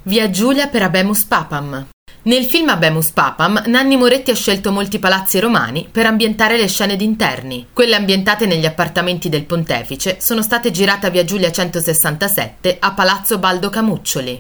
Via Giulia per Habemus Papam. Nel film Habemus Papam, Nanni Moretti ha scelto molti palazzi romani per ambientare le scene d'interni. Quelle ambientate negli appartamenti del pontefice sono state girate a Via Giulia 167 a Palazzo Baldo Camuccioli.